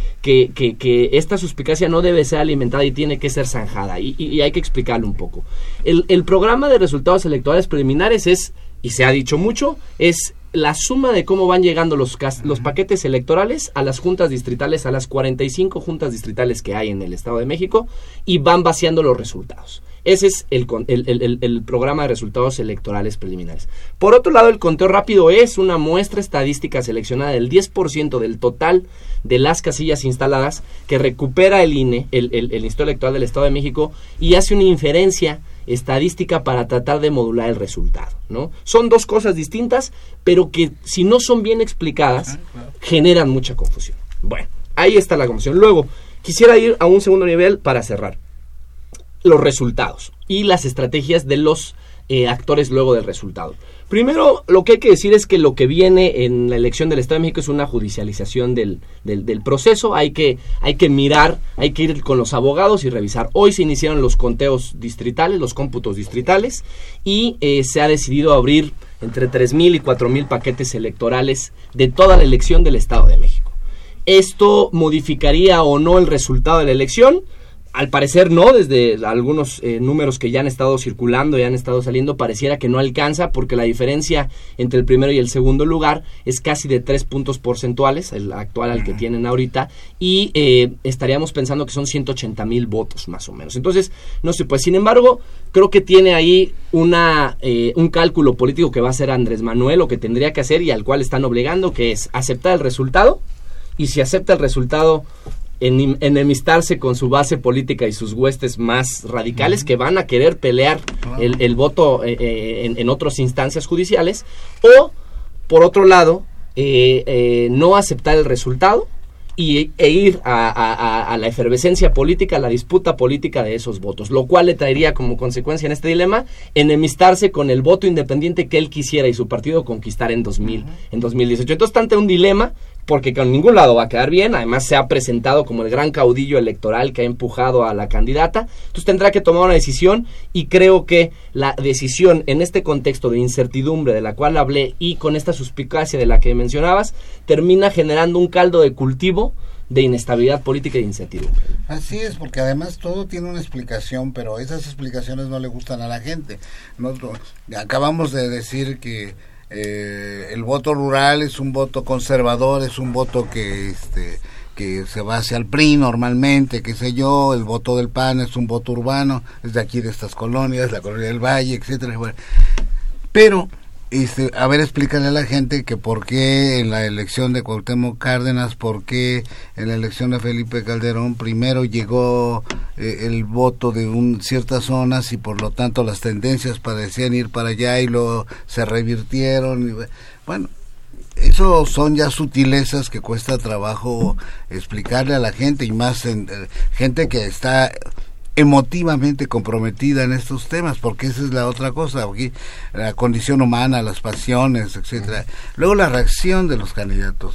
esta suspicacia no debe ser alimentada y tiene que ser zanjada, y hay que explicarlo un poco. El programa de resultados electorales preliminares es, y se ha dicho mucho, es la suma de cómo van llegando los paquetes electorales a las juntas distritales, a las 45 juntas distritales que hay en el Estado de México, y van vaciando los resultados. Ese es el programa de resultados electorales preliminares. Por otro lado, el conteo rápido es una muestra estadística seleccionada del 10% del total de las casillas instaladas que recupera el INE, el Instituto Electoral del Estado de México, y hace una inferencia estadística para tratar de modular el resultado, ¿no? Son dos cosas distintas, pero que si no son bien explicadas, generan mucha confusión. Bueno, ahí está la confusión. Luego, quisiera ir a un segundo nivel para cerrar. Los resultados y las estrategias de los actores luego del resultado. Primero, lo que hay que decir es que lo que viene en la elección del Estado de México es una judicialización del proceso. Hay que mirar, hay que ir con los abogados y revisar. Hoy se iniciaron los conteos distritales, los cómputos distritales, y se ha decidido abrir entre 3,000 y 4,000 paquetes electorales de toda la elección del Estado de México. ¿Esto modificaría o no el resultado de la elección? Al parecer no, desde algunos números que ya han estado circulando y han estado saliendo, pareciera que no alcanza, porque la diferencia entre el primero y el segundo lugar es casi de 3 puntos porcentuales, el actual al que tienen ahorita, y estaríamos pensando que son 180,000 votos más o menos. Entonces, no sé, pues sin embargo, creo que tiene ahí un cálculo político que va a hacer Andrés Manuel, o que tendría que hacer y al cual están obligando, que es aceptar el resultado, y si acepta el resultado, enemistarse con su base política y sus huestes más radicales que van a querer pelear el voto en otras instancias judiciales, o por otro lado no aceptar el resultado e ir a la efervescencia política, a la disputa política de esos votos, lo cual le traería como consecuencia en este dilema enemistarse con el voto independiente que él quisiera y su partido conquistar en 2018. Entonces, ante un dilema, porque con ningún lado va a quedar bien, además se ha presentado como el gran caudillo electoral que ha empujado a la candidata, entonces tendrá que tomar una decisión, y creo que la decisión en este contexto de incertidumbre de la cual hablé y con esta suspicacia de la que mencionabas, termina generando un caldo de cultivo de inestabilidad política y de incertidumbre. Así es, porque además todo tiene una explicación, pero esas explicaciones no le gustan a la gente. Nosotros acabamos de decir que el voto rural es un voto conservador, es un voto que se va hacia el PRI normalmente, qué sé yo. El voto del PAN es un voto urbano, es de aquí, de estas colonias, la colonia del Valle, etcétera. Bueno, pero a ver, explícale a la gente que por qué en la elección de Cuauhtémoc Cárdenas, por qué en la elección de Felipe Calderón primero llegó el voto de ciertas zonas, y por lo tanto las tendencias parecían ir para allá y luego se revirtieron. Bueno, eso son ya sutilezas que cuesta trabajo explicarle a la gente, y más gente que está emotivamente comprometida en estos temas, porque esa es la otra cosa, aquí la condición humana, las pasiones, etcétera. Luego la reacción de los candidatos.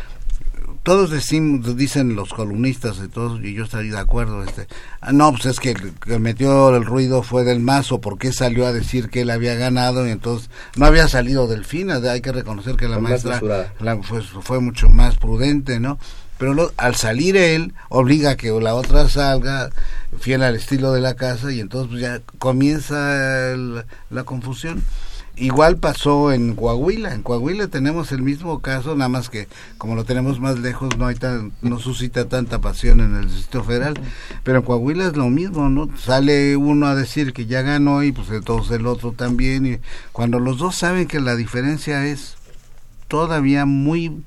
Todos dicen los columnistas y todos, y yo estaría de acuerdo, no, pues es que el que metió el ruido fue Del Mazo, porque salió a decir que él había ganado, y entonces no había salido Delfina. Hay que reconocer que la maestra fue mucho más prudente, ¿no? Pero al salir él, obliga a que la otra salga fiel al estilo de la casa, y entonces pues ya comienza la confusión. Igual pasó en Coahuila. En Coahuila tenemos el mismo caso, nada más que como lo tenemos más lejos no suscita tanta pasión en el Distrito Federal, pero en Coahuila es lo mismo, ¿no? Sale uno a decir que ya ganó, y pues entonces el otro también, y cuando los dos saben que la diferencia es todavía muy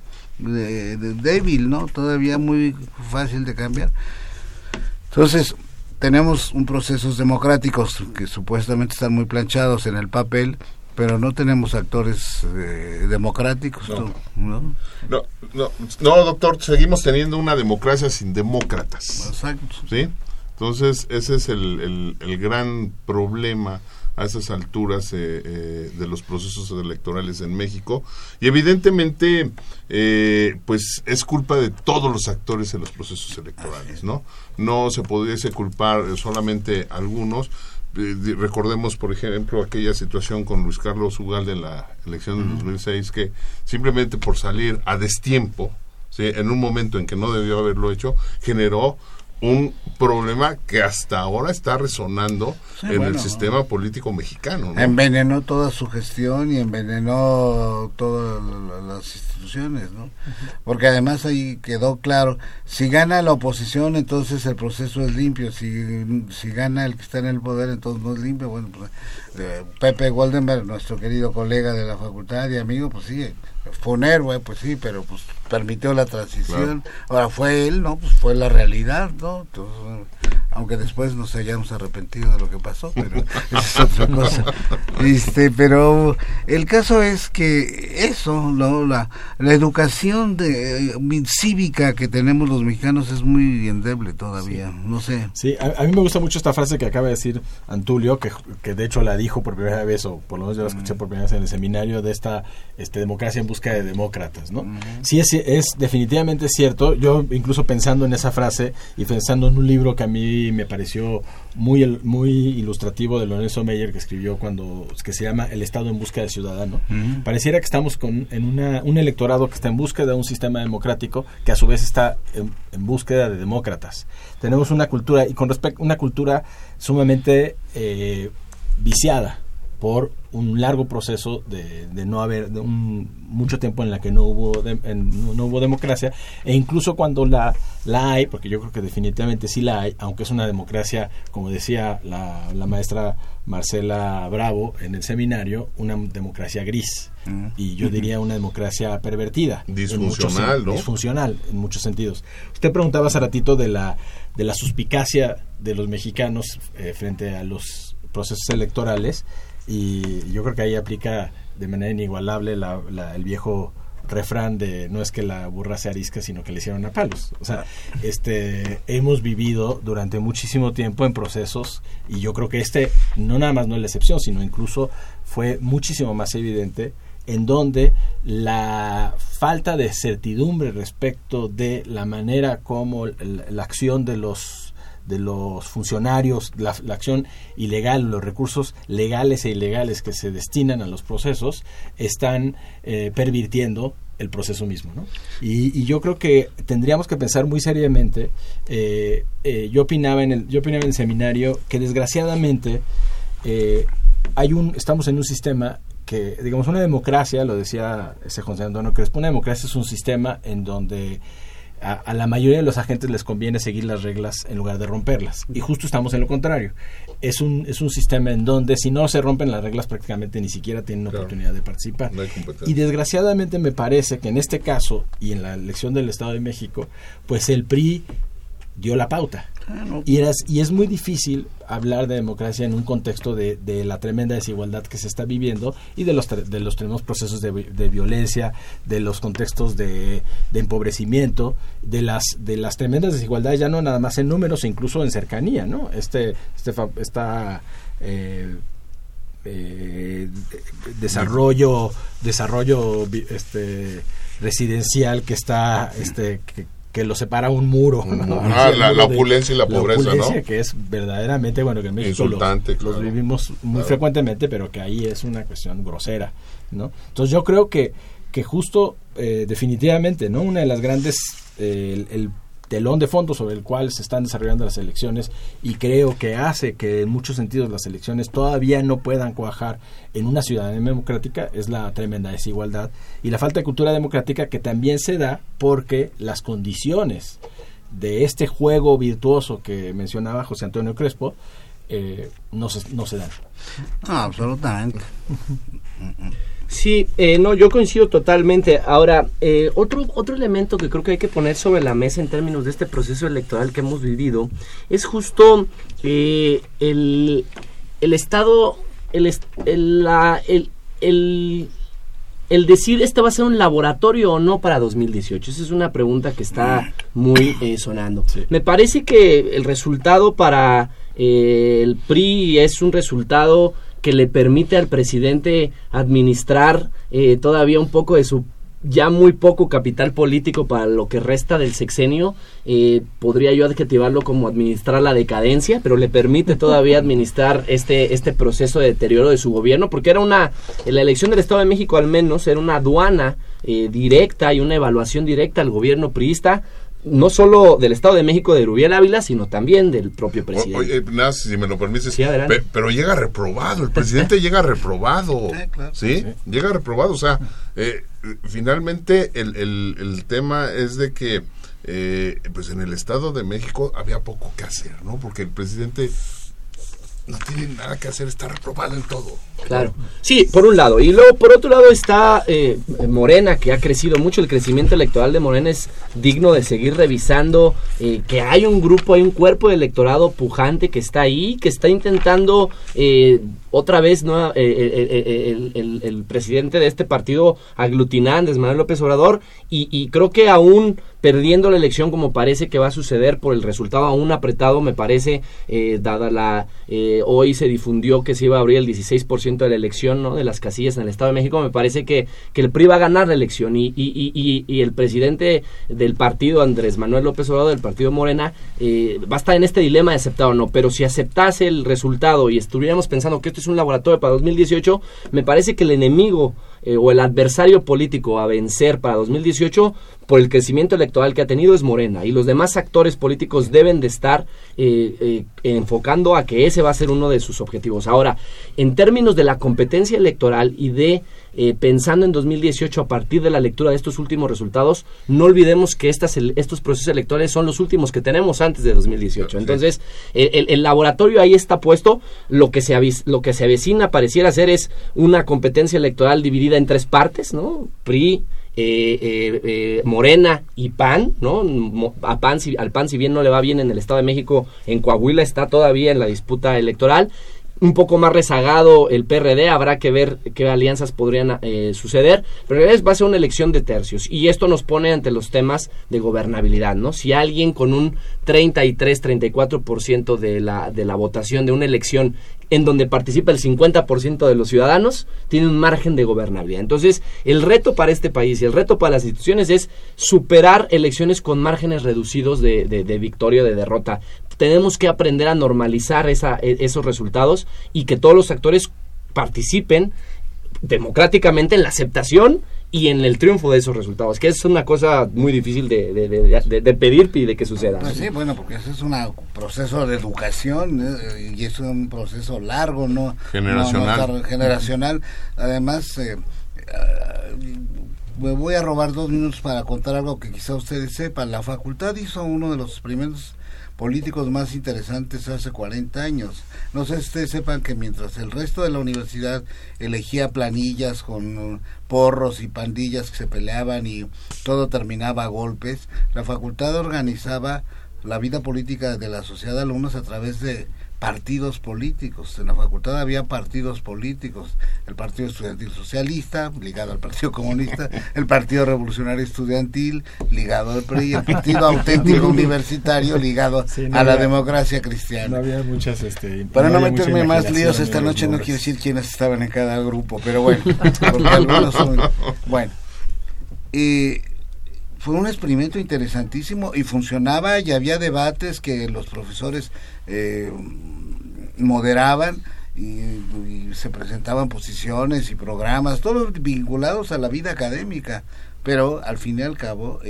débil, ¿no? Todavía muy fácil de cambiar. Entonces tenemos un procesos democráticos que supuestamente están muy planchados en el papel, pero no tenemos actores democráticos. No, doctor, seguimos teniendo una democracia sin demócratas. Exacto. ¿Sí? Entonces ese es el gran problema a esas alturas de los procesos electorales en México, y evidentemente pues es culpa de todos los actores en los procesos electorales, ¿no? No se pudiese culpar solamente a algunos. Recordemos, por ejemplo, aquella situación con Luis Carlos Ugalde en la elección del 2006, que simplemente por salir a destiempo, ¿sí?, en un momento en que no debió haberlo hecho, generó un problema que hasta ahora está resonando el sistema político mexicano, ¿no? Envenenó toda su gestión y envenenó todas las instituciones, ¿no? Porque además ahí quedó claro, si gana la oposición, entonces el proceso es limpio, si gana el que está en el poder, entonces no es limpio. Bueno, pues, Pepe Goldenberg, nuestro querido colega de la facultad y amigo, pues sí, fue un héroe, pues sí, pero pues permitió la transición. Claro. Ahora fue él, ¿no? Pues fue la realidad, ¿no? Entonces, aunque después nos hayamos arrepentido de lo que pasó, pero esa es otra cosa. Pero el caso es que eso, ¿no? La educación cívica que tenemos los mexicanos es muy endeble todavía, no sé. Sí, a mí me gusta mucho esta frase que acaba de decir Antulio, que de hecho la dijo por primera vez, o por lo menos yo la escuché por primera vez en el seminario de esta democracia en busca de demócratas, ¿no? Sí, es definitivamente cierto. Yo incluso pensando en esa frase y pensando en un libro que a mí ahí me pareció muy ilustrativo de Lorenzo Meyer, que escribió que se llama El Estado en busca de ciudadano. Pareciera que estamos en un electorado que está en búsqueda de un sistema democrático que a su vez está en búsqueda de demócratas. Tenemos una cultura, y con respecto a una cultura sumamente viciada por un largo proceso de no haber mucho tiempo en la que no hubo democracia, e incluso cuando la hay, porque yo creo que definitivamente sí la hay, aunque es una democracia, como decía la maestra Marcela Bravo en el seminario, una democracia gris, y yo diría una democracia pervertida, disfuncional, ¿no? Disfuncional en muchos sentidos. Usted preguntaba hace ratito de la suspicacia de los mexicanos frente a los procesos electorales, y yo creo que ahí aplica de manera inigualable el viejo refrán de no es que la burra se arisca, sino que le hicieron a palos. O sea, hemos vivido durante muchísimo tiempo en procesos, y yo creo que no nada más no es la excepción, sino incluso fue muchísimo más evidente, en donde la falta de certidumbre respecto de la manera como la acción de los funcionarios, la acción ilegal, los recursos legales e ilegales que se destinan a los procesos, están pervirtiendo el proceso mismo, ¿no? Y yo creo que tendríamos que pensar muy seriamente. Yo opinaba en el seminario que desgraciadamente estamos en un sistema que, digamos, una democracia, lo decía ese José Antonio Crespo, una democracia es un sistema en donde a la mayoría de los agentes les conviene seguir las reglas en lugar de romperlas, y justo estamos en lo contrario. Es un sistema en donde si no se rompen las reglas prácticamente ni siquiera tienen oportunidad de participar, no hay competencia. Y desgraciadamente me parece que en este caso y en la elección del Estado de México, pues el PRI dio la pauta. Y es muy difícil hablar de democracia en un contexto de la tremenda desigualdad que se está viviendo, y de los tremendos procesos de violencia, de los contextos de empobrecimiento, de las tremendas desigualdades, ya no nada más en números, incluso en cercanía, ¿no? Desarrollo residencial que está que lo separa un muro, ¿no? La opulencia y la pobreza, ¿no? Que es verdaderamente, bueno, que en México los vivimos muy frecuentemente, pero que ahí es una cuestión grosera, ¿no? Entonces yo creo que justo definitivamente, ¿no? Una de las grandes, el telón de fondo sobre el cual se están desarrollando las elecciones, y creo que hace que en muchos sentidos las elecciones todavía no puedan cuajar en una ciudadanía democrática, es la tremenda desigualdad y la falta de cultura democrática, que también se da porque las condiciones de este juego virtuoso que mencionaba José Antonio Crespo no se dan. Absolutamente. Sí, yo coincido totalmente. Ahora, otro elemento que creo que hay que poner sobre la mesa en términos de este proceso electoral que hemos vivido es justo el estado, el decir este va a ser un laboratorio o no para 2018. Esa es una pregunta que está muy sonando. Sí. Me parece que el resultado para el PRI es un resultado que le permite al presidente administrar todavía un poco de su ya muy poco capital político para lo que resta del sexenio. Podría yo adjetivarlo como administrar la decadencia, pero le permite todavía administrar este proceso de deterioro de su gobierno, porque era la elección del Estado de México al menos era una aduana directa y una evaluación directa al gobierno priista, no solo del Estado de México de Rubiel Ávila, sino también del propio presidente. Oye, nada, si me lo permites, sí, pero llega reprobado, el presidente llega reprobado, claro. ¿Sí? Llega reprobado, o sea, finalmente el tema es de que pues en el Estado de México había poco que hacer, ¿no? Porque el presidente no tiene nada que hacer, está reprobado en todo. Claro, sí, por un lado. Y luego, por otro lado, está Morena, que ha crecido mucho. El crecimiento electoral de Morena es digno de seguir revisando, que hay un cuerpo de electorado pujante que está ahí, que está intentando otra vez, ¿no? El presidente de este partido aglutinar, Andrés Manuel López Obrador, y creo que aún perdiendo la elección como parece que va a suceder por el resultado aún apretado, me parece, dada hoy se difundió que se iba a abrir el 16% de la elección, ¿no?, de las casillas en el Estado de México. Me parece que el PRI va a ganar la elección y el presidente del partido, Andrés Manuel López Obrador, del partido Morena, va a estar en este dilema de aceptar o no. Pero si aceptase el resultado y estuviéramos pensando que esto es un laboratorio para 2018, me parece que el enemigo o el adversario político a vencer para 2018 por el crecimiento electoral que ha tenido es Morena, y los demás actores políticos deben de estar enfocando a que ese va a ser uno de sus objetivos. Ahora, en términos de la competencia electoral y de pensando en 2018 a partir de la lectura de estos últimos resultados, no olvidemos que estos procesos electorales son los últimos que tenemos antes de 2018. Entonces, el laboratorio ahí está puesto. Lo que se avecina pareciera ser es una competencia electoral dividida en tres partes, ¿no? PRI, Morena y PAN, ¿no? Al PAN, si bien no le va bien en el Estado de México, en Coahuila está todavía en la disputa electoral. Un poco más rezagado el PRD, habrá que ver qué alianzas podrían suceder, pero va a ser una elección de tercios, y esto nos pone ante los temas de gobernabilidad, ¿no? Si alguien con un 33-34% de la votación de una elección en donde participa el 50% de los ciudadanos, tiene un margen de gobernabilidad. Entonces, el reto para este país y el reto para las instituciones es superar elecciones con márgenes reducidos de victoria o de derrota. Tenemos que aprender a normalizar esos resultados y que todos los actores participen democráticamente en la aceptación y en el triunfo de esos resultados, que es una cosa muy difícil de pedir y de que suceda. Pues sí, bueno, porque eso es un proceso de educación y es un proceso largo, ¿no? Generacional. Además, me voy a robar 2 minutos para contar algo que quizá ustedes sepan. La facultad hizo uno de los primeros políticos más interesantes hace 40 años. No sé si ustedes sepan que mientras el resto de la universidad elegía planillas con porros y pandillas que se peleaban y todo terminaba a golpes, la facultad organizaba la vida política de la sociedad de alumnos a través de partidos políticos. En la facultad había partidos políticos: el Partido Estudiantil Socialista, ligado al Partido Comunista, el Partido Revolucionario Estudiantil, ligado al PRI, el Partido Auténtico Universitario, ligado a la democracia cristiana. No había muchas... Para no meterme más líos esta noche, no quiero decir quiénes estaban en cada grupo, pero bueno, porque algunos son... Bueno, fue un experimento interesantísimo y funcionaba, y había debates que los profesores moderaban y se presentaban posiciones y programas, todos vinculados a la vida académica, pero al fin y al cabo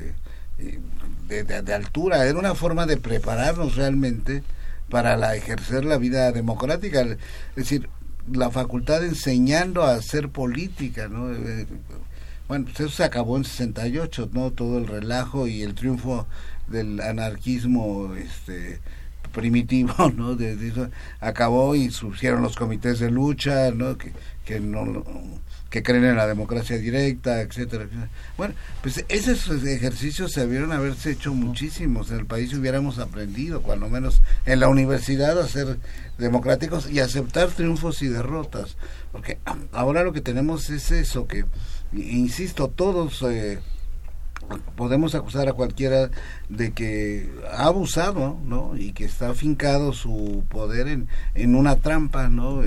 de altura. Era una forma de prepararnos realmente para ejercer la vida democrática, es decir, la facultad enseñando a hacer política, ¿no? Bueno, pues eso se acabó en 68, ¿no? Todo el relajo y el triunfo del anarquismo primitivo, ¿no? De eso acabó, y surgieron los comités de lucha, ¿no? Que creen en la democracia directa, etcétera, etcétera. Bueno, pues esos ejercicios se debieron haberse hecho muchísimos en el país, si hubiéramos aprendido, cuando menos en la universidad, a ser democráticos y aceptar triunfos y derrotas, porque ahora lo que tenemos es eso, que insisto, todos podemos acusar a cualquiera de que ha abusado, ¿no? Y que está afincado su poder en una trampa, ¿no?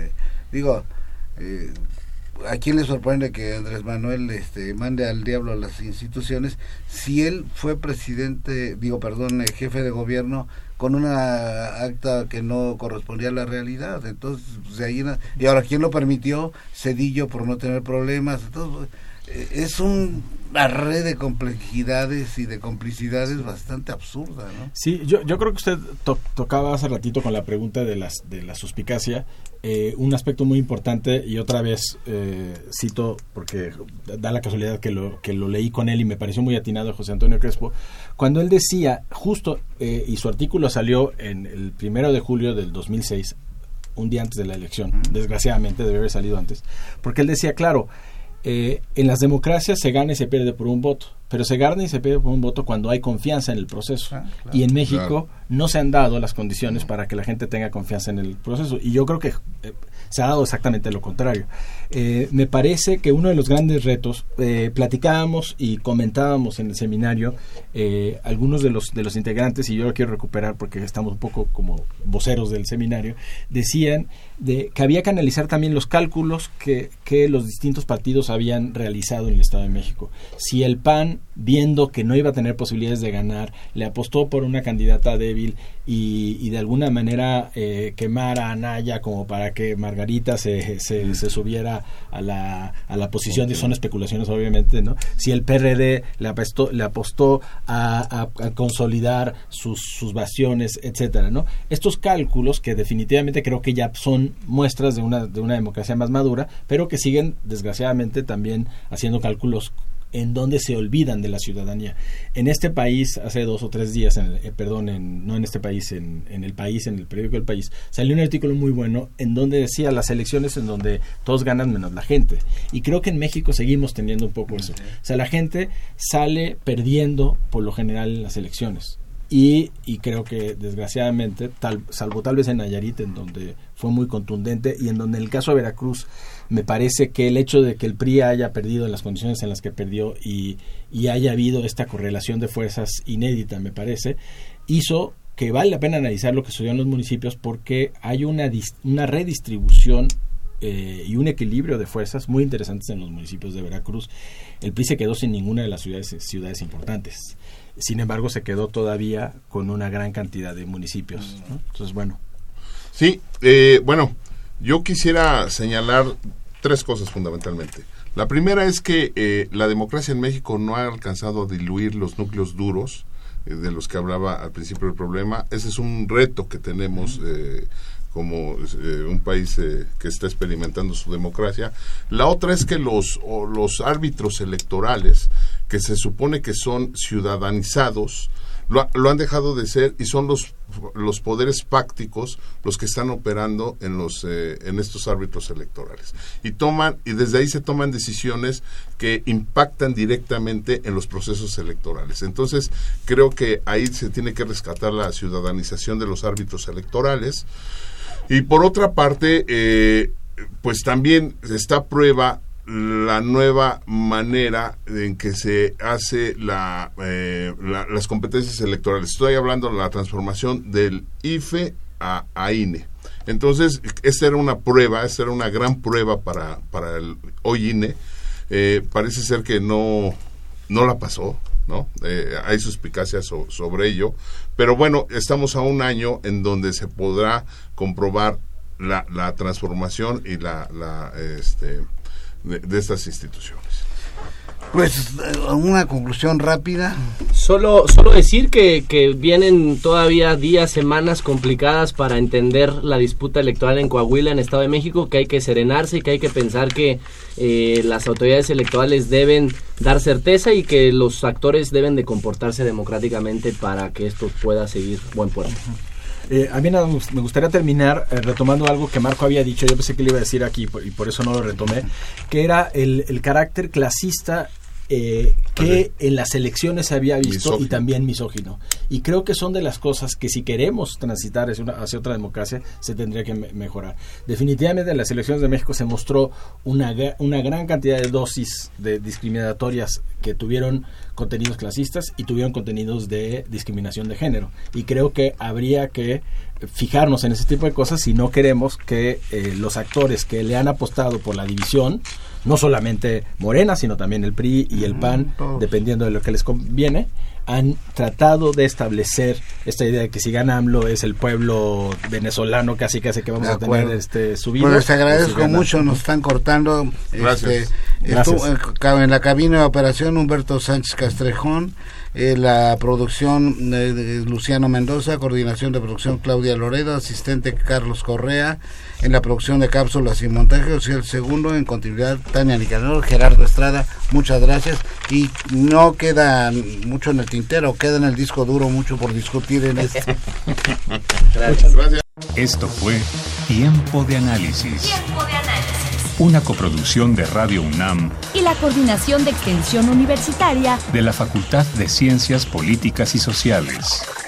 ¿A quién le sorprende que Andrés Manuel mande al diablo a las instituciones si él fue jefe de gobierno con una acta que no correspondía a la realidad? Entonces, pues, y ahora, ¿quién lo permitió? Cedillo, por no tener problemas. Entonces, es una red de complejidades y de complicidades bastante absurda, ¿no? Sí, yo creo que usted tocaba hace ratito con la pregunta de la suspicacia, un aspecto muy importante, y otra vez cito, porque da la casualidad que lo leí con él y me pareció muy atinado, José Antonio Crespo, cuando él decía, justo, y su artículo salió en el 1 de julio del 2006, un día antes de la elección, desgraciadamente debe haber salido antes, porque él decía, claro, en las democracias se gana y se pierde por un voto, pero se gana y se pierde por un voto cuando hay confianza en el proceso. Claro. Y en México no se han dado las condiciones para que la gente tenga confianza en el proceso. Y yo creo que se ha dado exactamente lo contrario. Me parece que uno de los grandes retos, platicábamos y comentábamos en el seminario, algunos de los integrantes, y yo lo quiero recuperar porque estamos un poco como voceros del seminario, decían que había que analizar también los cálculos que los distintos partidos habían realizado en el Estado de México. Si el PAN, viendo que no iba a tener posibilidades de ganar, le apostó por una candidata débil y de alguna manera quemara a Anaya como para que Margarita se subiera a la posición, de son especulaciones obviamente, ¿no? Si el PRD le apostó a consolidar sus bastiones, etcétera, ¿no? Estos cálculos que definitivamente creo que ya son muestras de una democracia más madura, pero que siguen desgraciadamente también haciendo cálculos en donde se olvidan de la ciudadanía. En este país, hace 2 o 3 días, en el periódico El País, salió un artículo muy bueno en donde decía las elecciones en donde todos ganan menos la gente. Y creo que en México seguimos teniendo un poco eso. O sea, la gente sale perdiendo por lo general en las elecciones. Y creo que desgraciadamente, salvo tal vez en Nayarit, en donde fue muy contundente, y en donde en el caso de Veracruz me parece que el hecho de que el PRI haya perdido en las condiciones en las que perdió y haya habido esta correlación de fuerzas inédita, me parece, hizo que vale la pena analizar lo que sucedió en los municipios, porque hay una redistribución y un equilibrio de fuerzas muy interesantes en los municipios de Veracruz. El PRI se quedó sin ninguna de las ciudades importantes. Sin embargo, se quedó todavía con una gran cantidad de municipios, ¿no? Entonces, bueno. Sí, bueno, yo quisiera señalar 3 cosas fundamentalmente. La primera es que la democracia en México no ha alcanzado a diluir los núcleos duros de los que hablaba al principio del problema. Ese es un reto que tenemos como un país que está experimentando su democracia. La otra es que los árbitros electorales, que se supone que son ciudadanizados, lo han dejado de ser, y son los poderes fácticos los que están operando en estos árbitros electorales, y desde ahí se toman decisiones que impactan directamente en los procesos electorales. Entonces creo que ahí se tiene que rescatar la ciudadanización de los árbitros electorales. Y por otra parte, pues también está a prueba la nueva manera en que se hace las competencias electorales. Estoy hablando de la transformación del IFE a INE. Entonces, esta era una gran prueba para el hoy INE. Parece ser que no la pasó, ¿no? Hay suspicacias sobre ello, pero bueno, estamos a un año en donde se podrá comprobar la transformación y de estas instituciones. Pues una conclusión rápida. Solo decir que vienen todavía días, semanas complicadas para entender la disputa electoral en Coahuila, en Estado de México, que hay que serenarse y que hay que pensar que las autoridades electorales deben dar certeza y que los actores deben de comportarse democráticamente para que esto pueda seguir buen puerto. A mí me gustaría terminar retomando algo que Marco había dicho. Yo pensé que le iba a decir aquí y por eso no lo retomé, que era el carácter clasista que en las elecciones se había visto, misógino, y también misógino. Y creo que son de las cosas que, si queremos transitar hacia otra democracia, se tendría que mejorar. Definitivamente en las elecciones de México se mostró una gran cantidad de dosis de discriminatorias que tuvieron contenidos clasistas y tuvieron contenidos de discriminación de género. Y creo que habría que fijarnos en ese tipo de cosas si no queremos que los actores que le han apostado por la división, no solamente Morena, sino también el PRI y el PAN, dependiendo de lo que les conviene, han tratado de establecer esta idea de que si gana AMLO es el pueblo venezolano casi que vamos a tener subido. Bueno, les agradezco mucho, nos están cortando. Gracias. En la cabina de operación Humberto Sánchez Castrejón, la producción Luciano Mendoza, coordinación de producción Claudia Loredo, asistente Carlos Correa, en la producción de cápsulas y montaje, el segundo, en continuidad Tania Nicanor, Gerardo Estrada, muchas gracias, y no queda mucho en el tintero, queda en el disco duro mucho por discutir en esto. Gracias. Esto fue Tiempo de Análisis. Tiempo de Análisis. Una coproducción de Radio UNAM y la Coordinación de Extensión Universitaria de la Facultad de Ciencias Políticas y Sociales.